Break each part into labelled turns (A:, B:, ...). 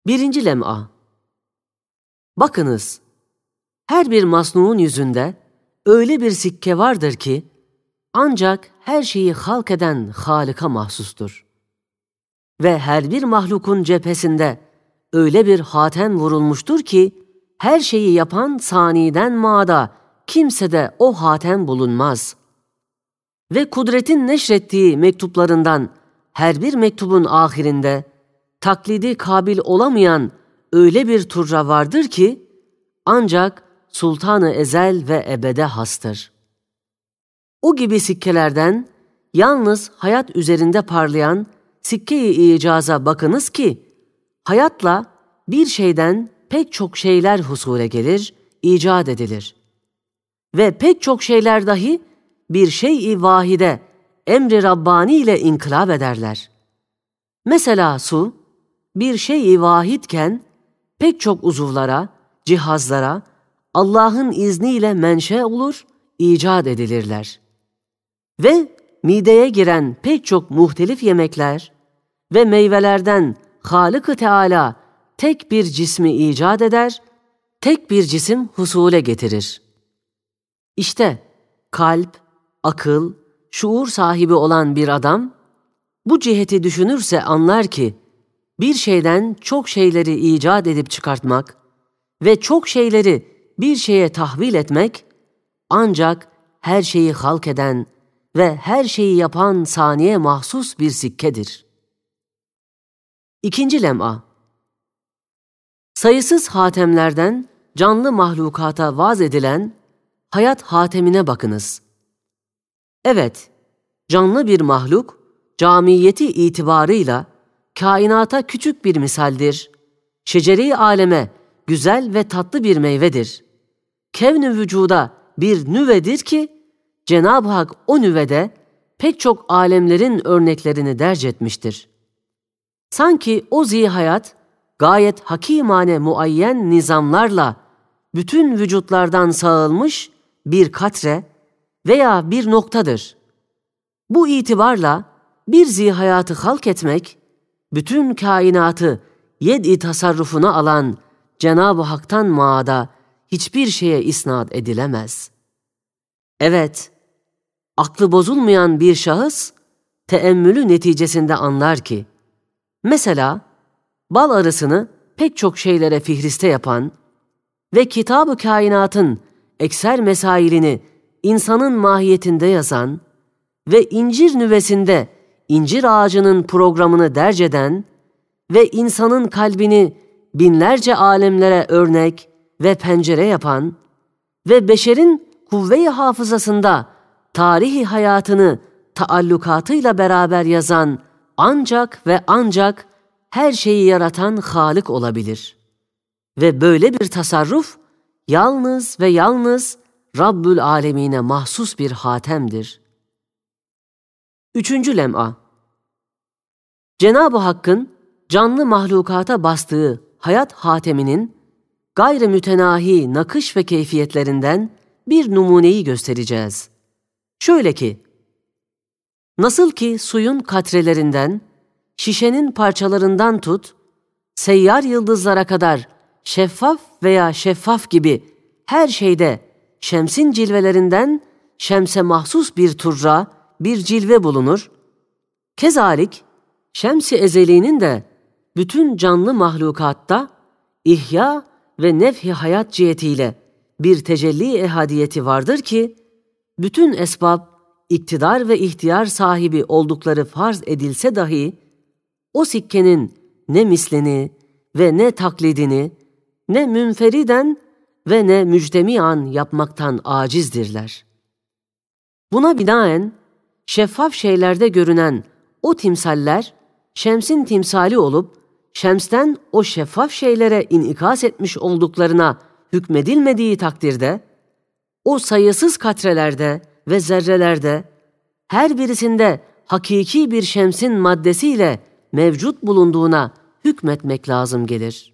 A: Birinci lem'a. Bakınız, her bir masnuğun yüzünde öyle bir sikke vardır ki, ancak her şeyi halk eden Halık'a mahsustur. Ve her bir mahlukun cephesinde öyle bir hatem vurulmuştur ki, her şeyi yapan saniden ma'da kimsede o hatem bulunmaz. Ve kudretin neşrettiği mektuplarından her bir mektubun ahirinde taklidi kabil olamayan öyle bir turra vardır ki, ancak Sultan-ı Ezel ve ebede hastır. O gibi sikkelerden yalnız hayat üzerinde parlayan sikke-i icaza bakınız ki, hayatla bir şeyden pek çok şeyler husule gelir, icat edilir. Ve pek çok şeyler dahi bir şey-i vahide, emri Rabbani ile inkılap ederler. Mesela su, bir şey-i vahidken pek çok uzuvlara, cihazlara Allah'ın izniyle menşe olur, icat edilirler. Ve mideye giren pek çok muhtelif yemekler ve meyvelerden Halık-ı Teâlâ tek bir cismi icat eder, tek bir cisim husule getirir. İşte kalp, akıl, şuur sahibi olan bir adam, bu ciheti düşünürse anlar ki, bir şeyden çok şeyleri icat edip çıkartmak ve çok şeyleri bir şeye tahvil etmek, ancak her şeyi halk eden ve her şeyi yapan saniye mahsus bir sikkedir. İkinci lem'a. Sayısız hatemlerden canlı mahlukata vaz edilen hayat hatemine bakınız. Evet, canlı bir mahluk, camiyeti itibarıyla kainata küçük bir misaldir. Şeceri aleme güzel ve tatlı bir meyvedir. Kevn-i vücuda bir nüvedir ki, Cenab-ı Hak o nüvede pek çok alemlerin örneklerini derc etmiştir. Sanki o zihayat gayet hakimane muayyen nizamlarla bütün vücutlardan sağılmış bir katre veya bir noktadır. Bu itibarla bir zihayatı halk etmek, bütün kainatı yed-i tasarrufuna alan Cenab-ı Hak'tan maada hiçbir şeye isnat edilemez. Evet, aklı bozulmayan bir şahıs, teemmülü neticesinde anlar ki, mesela bal arısını pek çok şeylere fihriste yapan ve Kitab-ı Kainat'ın ekser mesailini insanın mahiyetinde yazan ve incir nüvesinde incir ağacının programını derc eden ve insanın kalbini binlerce alemlere örnek ve pencere yapan ve beşerin kuvve-i hafızasında tarihi hayatını taallukatıyla beraber yazan ancak ve ancak her şeyi yaratan Halık olabilir. Ve böyle bir tasarruf yalnız ve yalnız Rabbül Alemine mahsus bir hatemdir. Üçüncü lem'a. Cenab-ı Hakk'ın canlı mahlukata bastığı hayat hateminin gayrı mütenahi nakış ve keyfiyetlerinden bir numuneyi göstereceğiz. Şöyle ki, nasıl ki suyun katrelerinden, şişenin parçalarından tut, seyyar yıldızlara kadar şeffaf veya şeffaf gibi her şeyde şemsin cilvelerinden şemse mahsus bir turra, bir cilve bulunur. Kezalik, şems-i ezeliğinin de bütün canlı mahlukatta ihya ve nefh-i hayat cihetiyle bir tecelli ehadiyeti vardır ki, bütün esbab, iktidar ve ihtiyar sahibi oldukları farz edilse dahi, o sikkenin ne mislini ve ne taklidini, ne münferiden ve ne müctemian yapmaktan acizdirler. Buna binaen, şeffaf şeylerde görünen o timsaller, şemsin timsali olup, şemsten o şeffaf şeylere inikas etmiş olduklarına hükmedilmediği takdirde, o sayısız katrelerde ve zerrelerde, her birisinde hakiki bir şemsin maddesiyle mevcut bulunduğuna hükmetmek lazım gelir.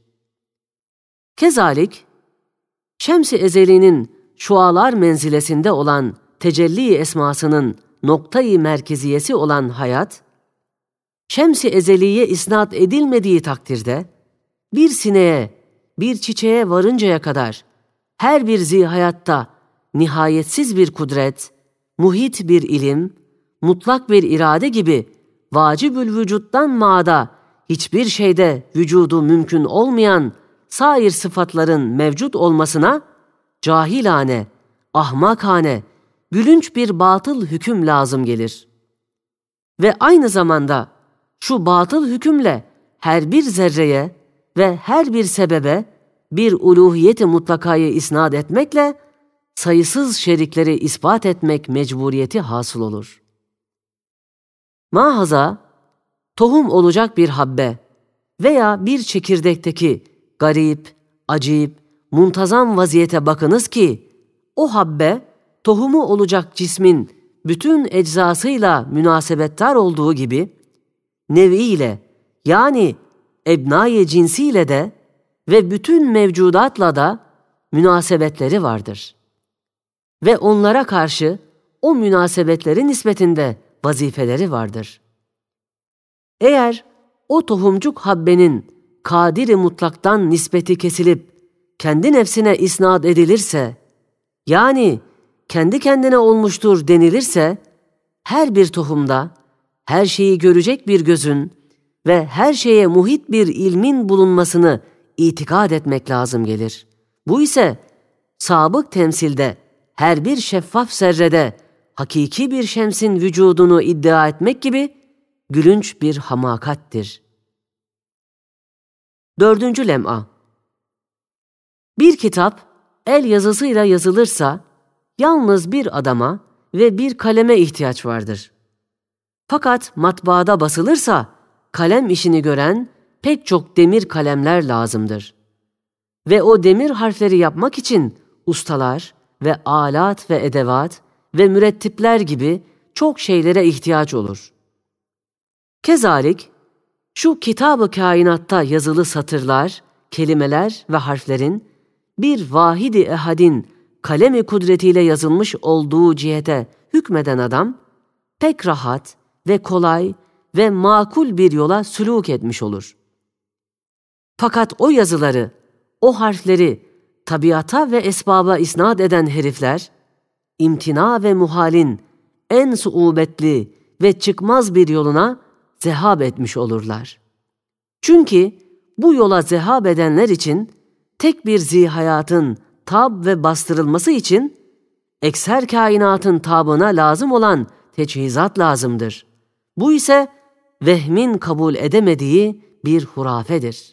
A: Kezalik, şems-i ezeliğinin şualar menzilesinde olan tecelli esmasının noktayı merkeziyesi olan hayat, şems-i ezeliye isnat edilmediği takdirde, bir sineğe, bir çiçeğe varıncaya kadar her bir zihayatta nihayetsiz bir kudret, muhit bir ilim, mutlak bir irade gibi vacibül vücuttan maada hiçbir şeyde vücudu mümkün olmayan sair sıfatların mevcut olmasına cahilane, ahmakane, gülünç bir batıl hüküm lazım gelir. Ve aynı zamanda şu batıl hükümle her bir zerreye ve her bir sebebe bir uluhiyet-i mutlakayı isnat etmekle sayısız şerikleri ispat etmek mecburiyeti hasıl olur. Mahaza, tohum olacak bir habbe veya bir çekirdekteki garip, acip, muntazam vaziyete bakınız ki, o habbe, tohumu olacak cismin bütün eczasıyla münasebettar olduğu gibi, nev'iyle yani ebnai cinsiyle de ve bütün mevcudatla da münasebetleri vardır. Ve onlara karşı o münasebetlerin nispetinde vazifeleri vardır. Eğer o tohumcuk habbenin kadiri mutlaktan nispeti kesilip kendi nefsine isnat edilirse, yani kendi kendine olmuştur denilirse, her bir tohumda her şeyi görecek bir gözün ve her şeye muhit bir ilmin bulunmasını itikad etmek lazım gelir. Bu ise sabık temsilde her bir şeffaf zerrede hakiki bir şemsin vücudunu iddia etmek gibi gülünç bir hamakattir. 4. lem'a. Bir kitap el yazısıyla yazılırsa yalnız bir adama ve bir kaleme ihtiyaç vardır. Fakat matbaada basılırsa kalem işini gören pek çok demir kalemler lazımdır. Ve o demir harfleri yapmak için ustalar ve alat ve edevat ve mürettipler gibi çok şeylere ihtiyaç olur. Kezalik, şu kitab-ı kainatta yazılı satırlar, kelimeler ve harflerin bir vahidi ehadin kalemi kudretiyle yazılmış olduğu cihete hükmeden adam, pek rahat ve kolay ve makul bir yola sülûk etmiş olur. Fakat o yazıları, o harfleri tabiata ve esbaba isnat eden herifler, imtina ve muhalin en suubetli ve çıkmaz bir yoluna zehab etmiş olurlar. Çünkü bu yola zehab edenler için tek bir zihayatın tab ve bastırılması için ekser kainatın tabına lazım olan teçhizat lazımdır. Bu ise vehmin kabul edemediği bir hurafedir.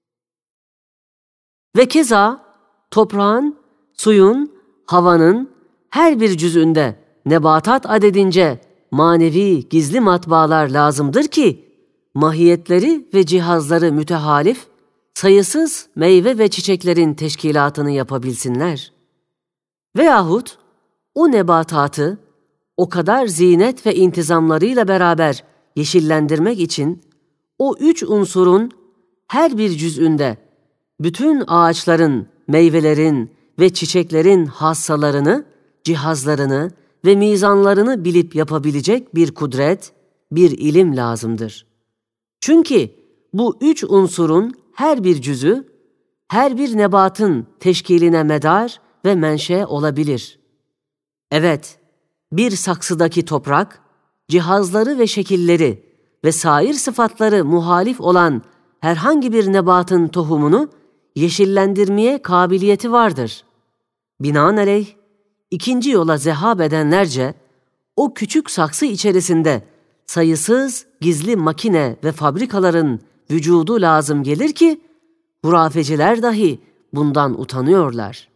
A: Ve keza toprağın, suyun, havanın her bir cüzünde nebatat adedince manevi gizli matbaalar lazımdır ki mahiyetleri ve cihazları mütehalif, sayısız meyve ve çiçeklerin teşkilatını yapabilsinler. Veyahut o nebatatı o kadar zinet ve intizamlarıyla beraber yeşillendirmek için o 3 unsurun her bir cüz'ünde bütün ağaçların, meyvelerin ve çiçeklerin hassalarını, cihazlarını ve mizanlarını bilip yapabilecek bir kudret, bir ilim lazımdır. Çünkü bu 3 unsurun her bir cüzü, her bir nebatın teşkiline medar ve menşe olabilir. Evet, bir saksıdaki toprak, cihazları ve şekilleri ve sair sıfatları muhalif olan herhangi bir nebatın tohumunu yeşillendirmeye kabiliyeti vardır. Binaenaleyh, ikinci yola zehab edenlerce, o küçük saksı içerisinde sayısız gizli makine ve fabrikaların vücudu lazım gelir ki, hurafeciler dahi bundan utanıyorlar.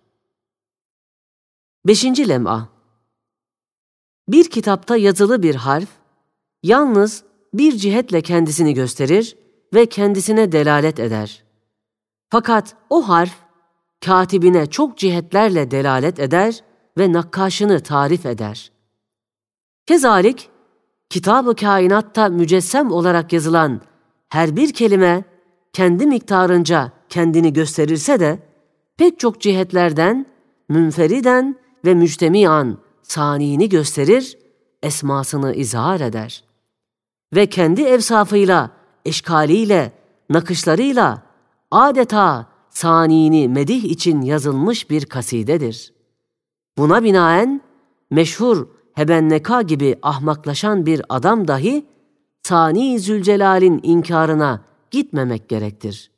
A: 5. lem'a. Bir kitapta yazılı bir harf, yalnız bir cihetle kendisini gösterir ve kendisine delalet eder. Fakat o harf, katibine çok cihetlerle delalet eder ve nakkaşını tarif eder. Kezalik, kitab-ı kainatta mücessem olarak yazılan her bir kelime, kendi miktarınca kendini gösterirse de, pek çok cihetlerden, münferiden ve müctemian saniyini gösterir, esmasını izhar eder. Ve kendi evsafıyla, eşkaliyle, nakışlarıyla adeta sanini medih için yazılmış bir kasidedir. Buna binaen meşhur Hebenneka gibi ahmaklaşan bir adam dahi Sani Zülcelal'in inkarına gitmemek gerektir.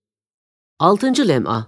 A: 6. lem'a.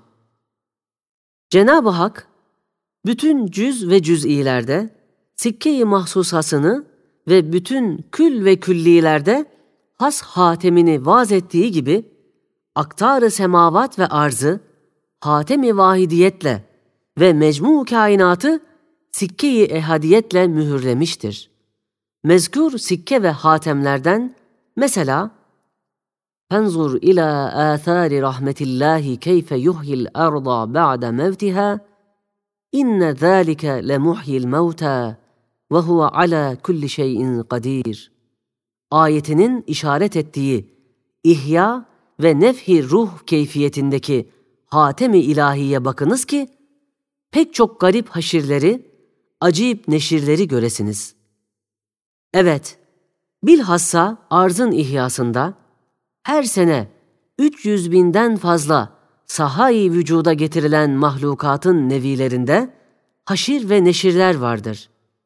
A: Cenab-ı Hak bütün cüz ve cüz'ilerde sikke-i mahsusasını ve bütün kül ve küllilerde has hatemini vaz ettiği gibi aktar-ı semavat ve arzı hatem-i vahidiyetle ve mecmu kainatı sikke-i ehadiyetle mühürlemiştir. Mezkur sikke ve hatemlerden mesela "Fenzur ila athari rahmetillahi keyfe yuhyil arda ba'de mevtiha inne zâlike lemuhyil mevta ve huve ala kulli şeyin kadir." Ayetinin işaret ettiği ihya ve nefhi ruh keyfiyetindeki hatem-i ilahiye bakınız ki pek çok garip haşirleri, acayip neşirleri göresiniz. Evet, bilhassa arzın ihyasında her sene 300 binden fazla sahai vücuda getirilen mahlukatın nevilerinde haşir ve neşirler vardır.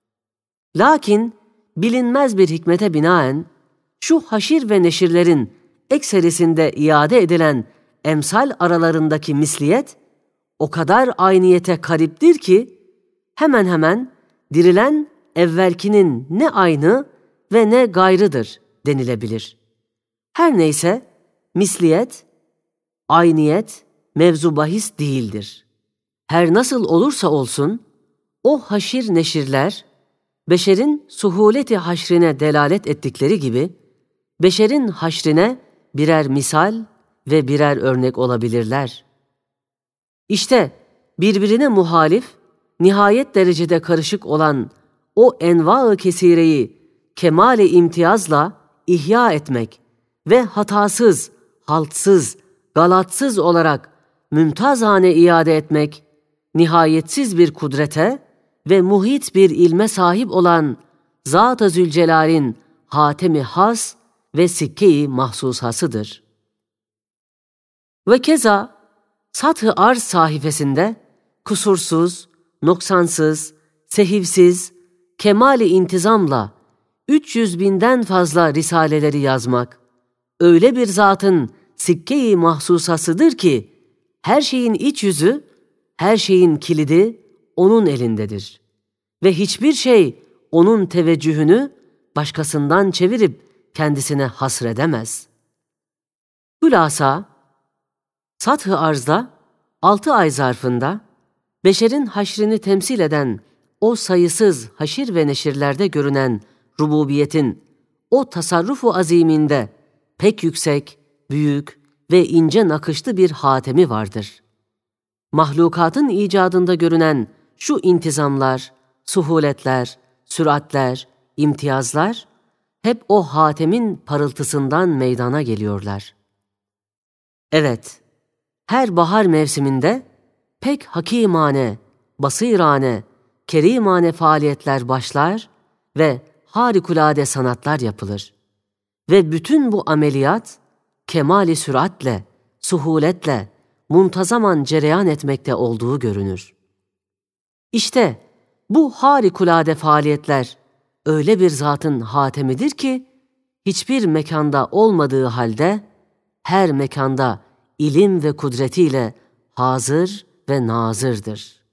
A: Lakin bilinmez bir hikmete binaen şu haşir ve neşirlerin ekserisinde iade edilen emsal aralarındaki misliyet o kadar ayniyete kariptir ki hemen hemen dirilen evvelkinin ne aynı ve ne gayrıdır denilebilir. Her neyse misliyet, ayniyet mevzu bahis değildir. Her nasıl olursa olsun o haşir neşirler beşerin suhuleti haşrine delalet ettikleri gibi beşerin haşrine birer misal ve birer örnek olabilirler. İşte birbirine muhalif, nihayet derecede karışık olan o enva-ı kesireyi kemal-i imtiyazla ihya etmek ve hatasız, haltsız, galatsız olarak mümtazane iade etmek, nihayetsiz bir kudrete ve muhit bir ilme sahip olan Zat-ı Zülcelal'in hatemi has ve sikke-i mahsusasıdır. Ve keza Sath-ı Arz sahifesinde kusursuz, noksansız, sehivsiz, kemal-i intizamla 300 binden fazla risaleleri yazmak, öyle bir zatın sikke-i mahsusasıdır ki, her şeyin iç yüzü, her şeyin kilidi onun elindedir. Ve hiçbir şey onun teveccühünü başkasından çevirip kendisine hasredemez. Hülasa, Sath-ı Arz'da 6 ay zarfında beşerin haşrini temsil eden o sayısız haşir ve neşirlerde görünen rububiyetin o tasarrufu aziminde pek yüksek, büyük ve ince nakışlı bir hatemi vardır. Mahlukatın icadında görünen şu intizamlar, suhuletler, süratler, imtiyazlar hep o hatemin parıltısından meydana geliyorlar. Evet, her bahar mevsiminde pek hakimane, basirane, kerimane faaliyetler başlar ve harikulade sanatlar yapılır. Ve bütün bu ameliyat kemali süratle, suhuletle, muntazaman cereyan etmekte olduğu görünür. İşte bu harikulade faaliyetler öyle bir zatın hatemidir ki, hiçbir mekanda olmadığı halde, her mekanda ilim ve kudretiyle hazır ve nazırdır.